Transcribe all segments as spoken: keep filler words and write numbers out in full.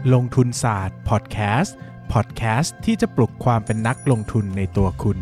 ลงทุนศาสตร์พอดแคสต์พอดแคสต์ที่จะปลุกความเป็นนักลงทุนในตัวคุณ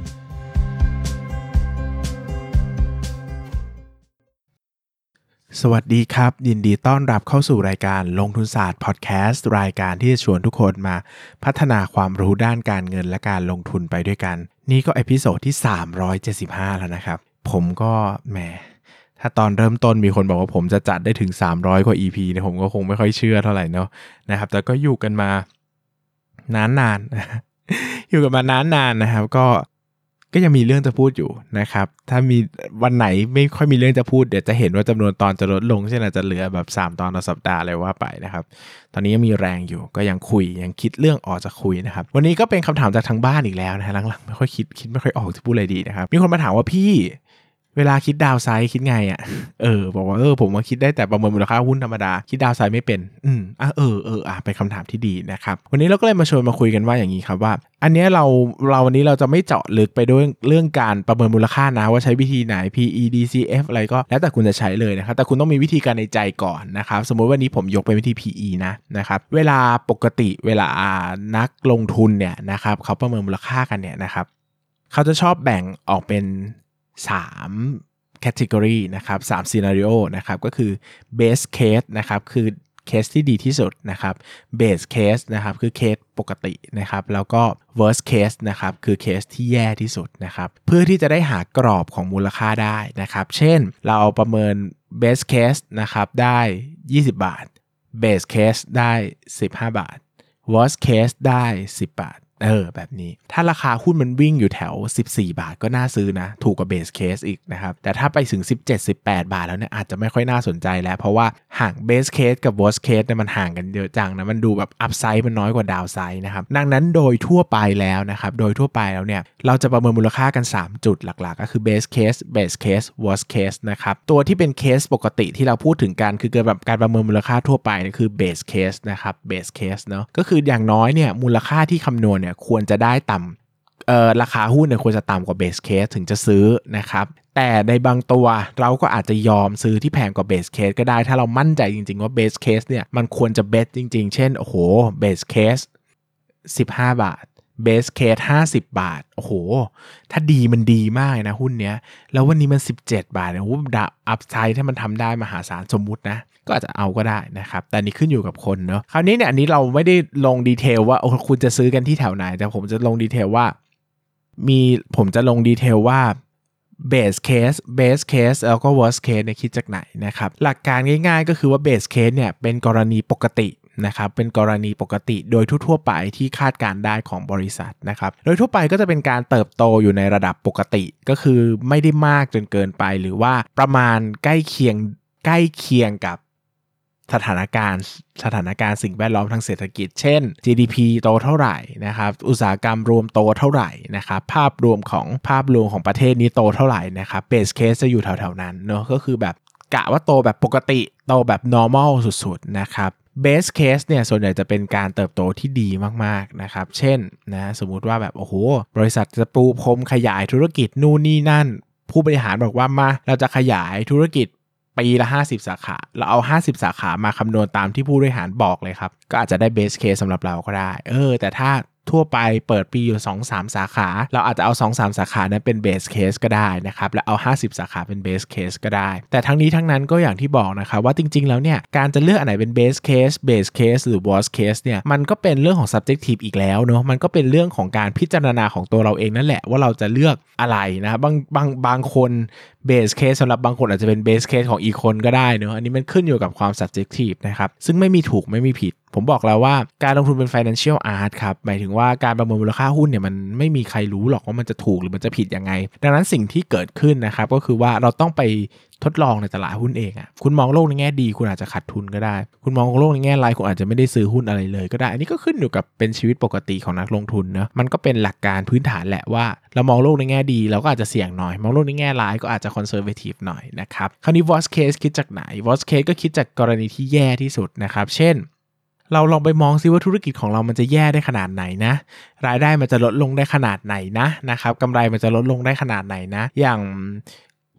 สวัสดีครับยินดีต้อนรับเข้าสู่รายการลงทุนศาสตร์พอดแคสต์รายการที่จะชวนทุกคนมาพัฒนาความรู้ด้านการเงินและการลงทุนไปด้วยกันนี่ก็เอพิโซดที่สามร้อยเจ็ดสิบห้าแล้วนะครับผมก็แหมถ้าตอนเริ่มต้นมีคนบอกว่าผมจะจัดได้ถึงสามร้อยกว่า อี พี เนี่ยผมก็คงไม่ค่อยเชื่อเท่าไหร่เนาะนะครับแต่ก็อยู่กันมานานๆ อยู่กันมานานๆนะครับก็ก็ยังมีเรื่องจะพูดอยู่นะครับถ้ามีวันไหนไม่ค่อยมีเรื่องจะพูดเดี๋ยวจะเห็นว่าจำนวนตอนจะลดลงเช่นอาจจะเหลือแบบสามตอนต่อสัปดาห์เลยว่าไปนะครับตอนนี้ยังมีแรงอยู่ก็ยังคุยยังคิดเรื่องออกจะคุยนะครับวันนี้ก็เป็นคำถามจากทางบ้านอีกแล้วนะฮะหลังๆไม่ค่อยคิดคิดไม่ค่อยออกจะพูดอะไรดีนะครับมีคนมาถามว่าพี่เวลาคิดดาวไซด์คิดไงอ่ะเออบอกว่าเออผมว่าคิดได้แต่ประเมินมูลค่าหุ้นธรรมดาคิดดาวไซด์ไม่เป็นอืมอ่ะเออเอออ่ะเป็นคำถามที่ดีนะครับวันนี้เราก็เลยมาชวนมาคุยกันว่าอย่างนี้ครับว่าอันนี้เราเราวันนี้เราจะไม่เจาะลึกไปด้วยเรื่องการประเมินมูลค่านะว่าใช้วิธีไหน พี อี ดี ซี เอฟ อะไรก็แล้วแต่คุณจะใช้เลยนะครับแต่คุณต้องมีวิธีการในใจก่อนนะครับสมมติวันนี้ผมยกเป็นวิธี พี อี นะนะครับเวลาปกติเวลานักลงทุนเนี่ยนะครับเขาประเมินมูลค่ากันเนี่ยนะครับเขาจะชอบแบ่งออกเป็นสาม category นะครับสาม scenario นะครับก็คือ base case นะครับคือเคสที่ดีที่สุดนะครับ base case นะครับคือเคสปกตินะครับแล้วก็ worst case นะครับคือเคสที่แย่ที่สุดนะครับเพื่อที่จะได้หากรอบของมูลค่าได้นะครับเช่นเราประเมิน base case นะครับได้ยี่สิบบาท base case ได้สิบห้าบาท worst case ได้สิบบาทเออแบบนี้ถ้าราคาหุ้นมันวิ่งอยู่แถวสิบสี่บาทก็น่าซื้อนะถูกกว่าเบสเคสอีกนะครับแต่ถ้าไปถึงสิบเจ็ด สิบแปดบาทแล้วเนี่ยอาจจะไม่ค่อยน่าสนใจแล้วเพราะว่าห่างเบสเคสกับวอร์สเคสเนี่ยมันห่างกันเยอะจังนะมันดูแบบอัพไซด์มันน้อยกว่าดาวไซด์นะครับดังนั้นโดยทั่วไปแล้วนะครับโดยทั่วไปแล้วเนี่ยเราจะประเมินมูลค่ากันสามจุดหลักๆก็คือเบสเคสเบสเคสวอร์สเคสนะครับตัวที่เป็นเคสปกติที่เราพูดถึงกันคือเกิดแบบการประเมินมูลค่าทั่วไปเนี่ยคือเบสเคสนะครับเบสเคสเนาะก็คืออย่างน้อยเนี่ยมูลค่าที่คำนวณเนี่ยควรจะได้ต่ำเอ่อราคาหุ้นเนี่ยควรจะต่ำกว่าเบสเคสถึงจะซื้อนะครับแต่ในบางตัวเราก็อาจจะยอมซื้อที่แพงกว่าเบสเคสก็ได้ถ้าเรามั่นใจจริงๆว่าเบสเคสเนี่ยมันควรจะเบสจริงๆเช่นโอ้โหเบสเคสสิบห้าบาทเบสเคสห้าสิบบาทโอ้โหถ้าดีมันดีมากนะหุ้นเนี้ยแล้ววันนี้มันสิบเจ็ดบาทเนี่ยโอ้โหดับอัพไซด์ถ้ามันทำได้มหาศาลสมมุตินะก็อาจจะเอาก็ได้นะครับแต่นี่ขึ้นอยู่กับคนเนาะคราวนี้เนี่ยอันนี้เราไม่ได้ลงดีเทลว่าโอ้คุณจะซื้อกันที่แถวไหนแต่ผมจะลงดีเทลว่ามีผมจะลงดีเทลว่า base case base case แล้วก็ worst case เนี่ยคิดจากไหนนะครับหลักการง่ายๆก็คือว่า base case เนี่ยเป็นกรณีปกตินะครับเป็นกรณีปกติโดยทั่วๆไปที่คาดการได้ของบริษัทนะครับโดยทั่วไปก็จะเป็นการเติบโตอยู่ในระดับปกติก็คือไม่ได้มากจนเกินไปหรือว่าประมาณใกล้เคียงใกล้เคียงกับสถานการณ์สถานการณ์สิ่งแวดล้อมทางเศรษฐกิจเช่น จี ดี พี โตเท่าไหร่นะครับอุตสาหกรรมรวมโตเท่าไหร่นะครับภาพรวมของภาพรวมของประเทศนี้โตเท่าไหร่นะครับเบสเคสจะอยู่แถวๆนั้นเนาะก็คือแบบกะว่าโตแบบปกติโตแบบ normal สุดๆนะครับเบสเคสเนี่ยส่วนใหญ่จะเป็นการเติบโตที่ดีมากๆนะครับเช่นนะสมมุติว่าแบบโอ้โหบริษัทจะปูพรมขยายธุรกิจนู่นนี่นั่นผู้บริหารบอกว่ามาเราจะขยายธุรกิจปีละห้าสิบสาขาเราเอาห้าสิบสาขามาคำนวณตามที่ผู้บริหารบอกเลยครับก็อาจจะได้เบสเคสสำหรับเราก็ได้เออแต่ถ้าทั่วไปเปิดปีอยู่ สองถึงสาม สาขาเราอาจจะเอา สองถึงสาม สาขานั้นเป็นเบสเคสก็ได้นะครับแล้วเอาห้าสิบสาขาเป็นเบสเคสก็ได้แต่ทั้งนี้ทั้งนั้นก็อย่างที่บอกนะครับว่าจริงๆแล้วเนี่ยการจะเลือกอันไหนเป็นเบสเคสเบสเคสหรือ worst case เนี่ยมันก็เป็นเรื่องของ subjective อีกแล้วเนาะมันก็เป็นเรื่องของการพิจารณาของตัวเราเองนั่นแหละว่าเราจะเลือกอะไรนะบางบางบางคนเบสเคสสำหรับบางคนอาจจะเป็นเบสเคสของอีกคนก็ได้เนาะอันนี้มันขึ้นอยู่กับความ subjective นะครับซึ่งไม่มีถูกไม่มีผิดผมบอกแล้วว่าการลงทุนเป็น financial art ครับหมายถึงว่าการประเมินมูลค่าหุ้นเนี่ยมันไม่มีใครรู้หรอกว่ามันจะถูกหรือมันจะผิดยังไงดังนั้นสิ่งที่เกิดขึ้นนะครับก็คือว่าเราต้องไปทดลองในตลาดหุ้นเองอ่ะคุณมองโลกในแง่ดีคุณอาจจะขาดทุนก็ได้คุณมองโลกในแง่ร้ายคุณอาจจะไม่ได้ซื้อหุ้นอะไรเลยก็ได้อันนี้ก็ขึ้นอยู่กับเป็นชีวิตปกติของนักลงทุนเนาะมันก็เป็นหลักการพื้นฐานแหละว่าเรามองโลกในแง่ดีเราก็อาจจะเสี่ยงหน่อยมองโลกในแง่ร้ายก็อาจจะ conservative หน่อยนะครับคราวนี้ worst case คิดจากไหน worst case ก็คิดจากกรณีที่แย่ที่สุดนะครับเช่นเราลองไปมองซิว่าธุรกิจของเรามันจะแย่ได้ขนาดไหนนะรายได้มันจะลดลงได้ขนาดไหนนะนะครับกำไรมันจะลดลงได้ขนาดไหนนะอย่าง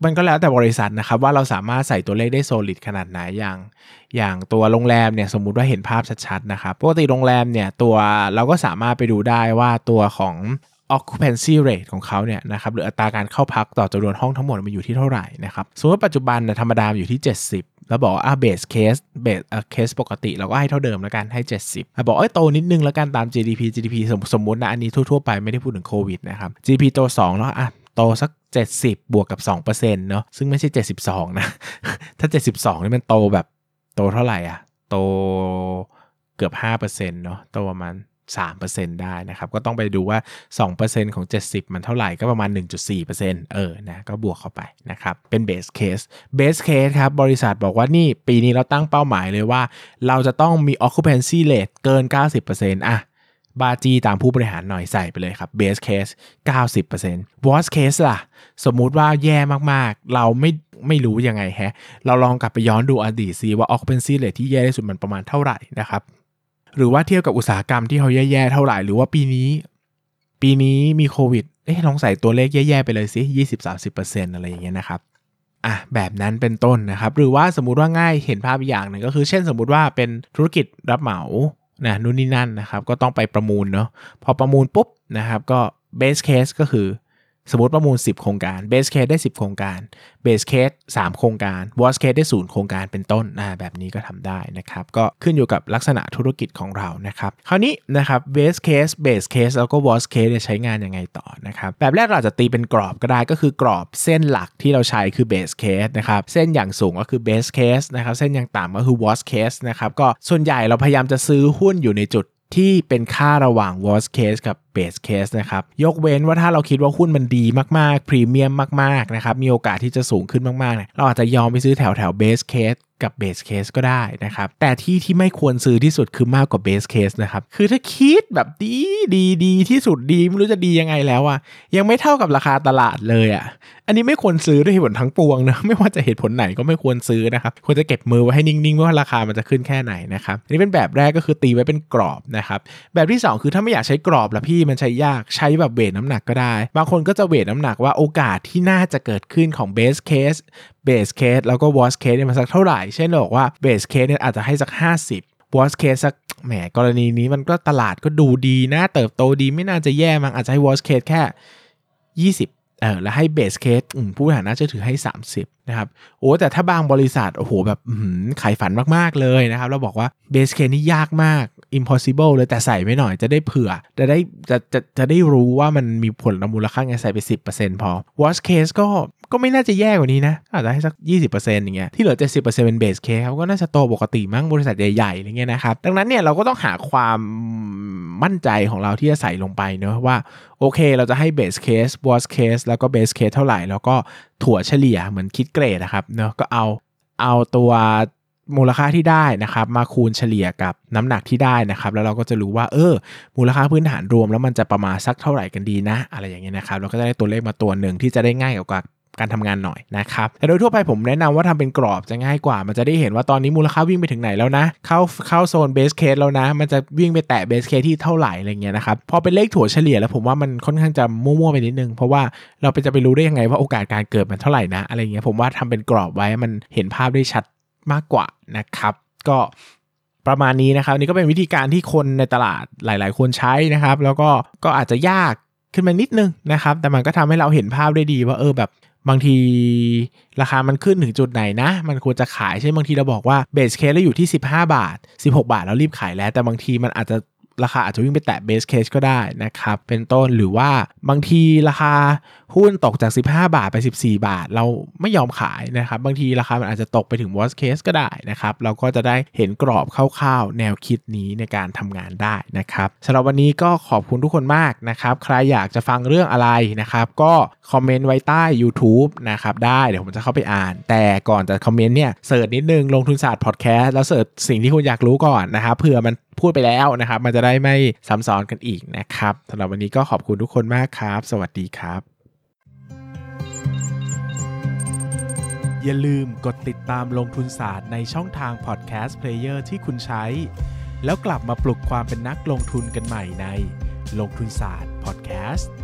มันก็แล้วแต่บริษัทนะครับว่าเราสามารถใส่ตัวเลขได้ solid ขนาดไหนอย่างอย่างตัวโรงแรมเนี่ยสมมุติว่าเห็นภาพชัดๆนะครับปกติโรงแรมเนี่ยตัวเราก็สามารถไปดูได้ว่าตัวของ occupancy rate ของเขาเนี่ยนะครับหรืออัตราการเข้าพักต่อจำนวนห้องทั้งหมดมันอยู่ที่เท่าไหร่นะครับสมมติว่าปัจจุบันนะธรรมดาอยู่ที่เจ็ดสิบแล้วบอกว่าอ่ะ base case base อ่ะ case ปกติเราก็ให้เท่าเดิมแล้วกันให้เจ็ดสิบอ่ะบอกเอ้ยโตนิดนึงแล้วกันตาม จี ดี พี จี ดี พี สมสมมุตินะอันนี้ทั่วๆไปไม่ได้พูดถึงโควิดนะครับ จี ดี พี โตสองแล้วอ่ะโตสักเจ็ดสิบบวกกับ สองเปอร์เซ็นต์ เนาะซึ่งไม่ใช่เจ็ดสิบสองนะถ้าเจ็ดสิบสองนี่มันโตแบบโตเท่าไหร่อ่ะโตเกือบ ห้าเปอร์เซ็นต์ เนาะโตประมาณสามเปอร์เซ็นต์ ได้นะครับก็ต้องไปดูว่า สองเปอร์เซ็นต์ ของเจ็ดสิบมันเท่าไหร่ก็ประมาณ หนึ่งจุดสี่เปอร์เซ็นต์ เออนะก็บวกเข้าไปนะครับเป็น base case base case ครับบริษัทบอกว่านี่ปีนี้เราตั้งเป้าหมายเลยว่าเราจะต้องมี occupancy rate เกิน เก้าสิบเปอร์เซ็นต์ อ่ะบาจีตามผู้บริหารหน่อยใส่ไปเลยครับ base case เก้าสิบเปอร์เซ็นต์ worst case ล่ะสมมุติว่าแย่มากๆเราไม่ไม่รู้ยังไงแฮะเราลองกลับไปย้อนดูอดีตซิว่า occupancy rate ที่แย่ที่สุดมันประมาณเท่าไหร่นะครับหรือว่าเทียบกับอุตสาหกรรมที่เขาแย่ๆเท่าไหร่หรือว่าปีนี้ปีนี้มีโควิดเอ๊ะลองใส่ตัวเลขแย่ๆไปเลยสิ ยี่สิบถึงสามสิบเปอร์เซ็นต์ อะไรอย่างเงี้ยนะครับอ่ะแบบนั้นเป็นต้นนะครับหรือว่าสมมุติว่าง่ายเห็นภาพอีกอย่างหนึ่งก็คือเช่นสมมุติว่าเป็นธุรกิจรับเหมานะนู่นนี่นั่นนะครับก็ต้องไปประมูลเนาะพอประมูลปุ๊บนะครับก็ base case ก็คือสมมติประมูลสิบโครงการ base case ได้สิบโครงการ base case สามโครงการ worst case ได้ศูนย์โครงการเป็นต้นอ่าแบบนี้ก็ทำได้นะครับก็ขึ้นอยู่กับลักษณะธุรกิจของเรานะครับคราวนี้นะครับ base case base case แล้วก็ worst case เนี่ยใช้งานยังไงต่อนะครับแบบแรกเราอาจจะตีเป็นกรอบก็ได้ก็คือกรอบเส้นหลักที่เราใช้คือ base case นะครับเส้นอย่างสูงก็คือ base case นะครับเส้นอย่างต่ำก็คือ worst case นะครับก็ส่วนใหญ่เราพยายามจะซื้อหุ้นอยู่ในจุดที่เป็นค่าระหว่าง worst case กับ base case นะครับยกเว้นว่าถ้าเราคิดว่าหุ้นมันดีมากๆพรีเมียมมากๆนะครับมีโอกาสที่จะสูงขึ้นมากๆเนี่ยเราอาจจะยอมไปซื้อแถวแถว base case กับ base case ก็ได้นะครับแต่ที่ที่ไม่ควรซื้อที่สุดคือมากกว่า base case นะครับคือถ้าคิดแบบดีดีดีที่สุดดีไม่รู้จะดียังไงแล้วอ่ะยังไม่เท่ากับราคาตลาดเลยอ่ะอันนี้ไม่ควรซื้อด้วยเหตุผลทั้งปวงนะไม่ว่าจะเหตุผลไหนก็ไม่ควรซื้อนะครับควรจะเก็บมือไว้ให้นิ่งๆว่าราคามันจะขึ้นแค่ไหนนะครับอันนี้เป็นแบบแรกก็คือตีไว้เป็นกรอบนะครับแบบที่สองคือถ้าไม่อยากใช้กรอบละพี่มันใช้ยากใช้แบบเวทน้ำหนักก็ได้บางคนก็จะเวทน้ำหนักว่าโอกาสที่น่าจะเกิดขึ้นของ base case base case แล้วก็ worst case เนี่ยมันสักเท่าไหร่เช่นบอกว่า base case เนี่ยอาจจะให้สักห้าสิบ worst case สักแหมกรณีนี้มันก็ตลาดก็ดูดีนะเติบโตดีไม่น่าจะแย่มั้งอาจจะให้ worst case แค่ยี่สิบเออแล้วให้ base case อืมผู้บริหารน่าจะถือให้สามสิบนะครับโอ้แต่ถ้าบางบริษัทโอ้โหแบบอืมขายฝันมากๆเลยนะครับเราบอกว่า base case นี่ยากมาก impossible เลยแต่ใส่ไว้หน่อยจะได้เผื่อจะได้จะจะจะได้รู้ว่ามันมีผลมูลค่าไงใส่ไป สิบเปอร์เซ็นต์ พอ worst case ก็ก็ไม่น่าจะแย่กว่านี้นะอาจจะให้สัก ยี่สิบเปอร์เซ็นต์ อย่างเงี้ยที่เหลือ เจ็ดสิบเปอร์เซ็นต์ เป็น base case เขาก็น่าจะโตปกติมั้งบริษัทใหญ่ๆอย่างเงี้ยนะครับดังนั้นเนี่ยเราก็ต้องหาความมั่นใจของเราที่จะใส่ลงไปเนอะว่าโอเคเราจะให้ base case worst case แล้วก็ base case เท่าไหร่แล้วก็ถั่วเฉลี่ยเหมือนคิดเกรดนะครับเนอะก็เอาเอาตัวมูลค่าที่ได้นะครับมาคูณเฉลี่ยกับน้ำหนักที่ได้นะครับแล้วเราก็จะรู้ว่าเออมูลค่าพื้นฐานรวมแล้วมันจะประมาณสักเท่าไหร่กันดีนะอะไรอย่างเงี้ยนะครับเราก็จะได้ตัวเลขมาตัวหนึ่งที่จะได้ง่ายกว่าการทำงานหน่อยนะครับแต่โดยทั่วไปผมแนะนำว่าทำเป็นกรอบจะง่ายกว่ามันจะได้เห็นว่าตอนนี้มูลค่าวิ่งไปถึงไหนแล้วนะเข้าเข้าโซนเบสเคสแล้วนะมันจะวิ่งไปแตะเบสเคสที่เท่าไหร่อะไรเงี้ยนะครับพอเป็นเลขถั่วเฉลี่ยแล้วผมว่ามันค่อนข้างจะมั่วๆไปนิดนึงเพราะว่าเราไปจะไปรู้ได้ยังไงว่าโอกาสการเกิดมันเท่าไหร่นะอะไรเงี้ยผมว่าทำเป็นกรอบไว้มันเห็นภาพได้ชัดมากกว่านะครับก็ประมาณนี้นะครับนี่ก็เป็นวิธีการที่คนในตลาดหลายๆคนใช้นะครับแล้วก็ก็อาจจะยากขึ้นมานิดนึงนะครับแต่มันก็ทำให้เราเห็นภาพได้ดีว่าเออแบบบางทีราคามันขึ้นถึงจุดไหนนะมันควรจะขายใช่บางทีเราบอกว่าเบสเคสเราอยู่ที่สิบห้าบาทสิบหกบาทแล้วรีบขายแล้วแต่บางทีมันอาจจะราคาอาจจะวิ่งไปแตะเบสเคสก็ได้นะครับเป็นต้นหรือว่าบางทีราคาหุ้นตกจากสิบห้าบาทไปสิบสี่บาทเราไม่ยอมขายนะครับบางทีราคามันอาจจะตกไปถึง worst case ก็ได้นะครับเราก็จะได้เห็นกรอบคร่าวๆแนวคิดนี้ในการทำงานได้นะครับสำหรับวันนี้ก็ขอบคุณทุกคนมากนะครับใครอยากจะฟังเรื่องอะไรนะครับก็คอมเมนต์ไว้ใต้ YouTube นะครับได้เดี๋ยวผมจะเข้าไปอ่านแต่ก่อนจะคอมเมนต์เนี่ยเสิร์ชนิดนึงลงทุนศาสตร์พอดแคสต์แล้วเสิร์ชสิ่งที่คุณอยากรู้ก่อนนะครับเผื่อมันพูดไปแล้วนะครับมันจะได้ไม่ซ้ำซ้อนกันอีกนะครับสำหรับวันนี้ก็ขอบคุณทุกคนมากครับสวัสดีครับอย่าลืมกดติดตามลงทุนศาสตร์ในช่องทางพอดแคสต์เพลเยอร์ที่คุณใช้แล้วกลับมาปลุกความเป็นนักลงทุนกันใหม่ในลงทุนศาสตร์พอดแคสต์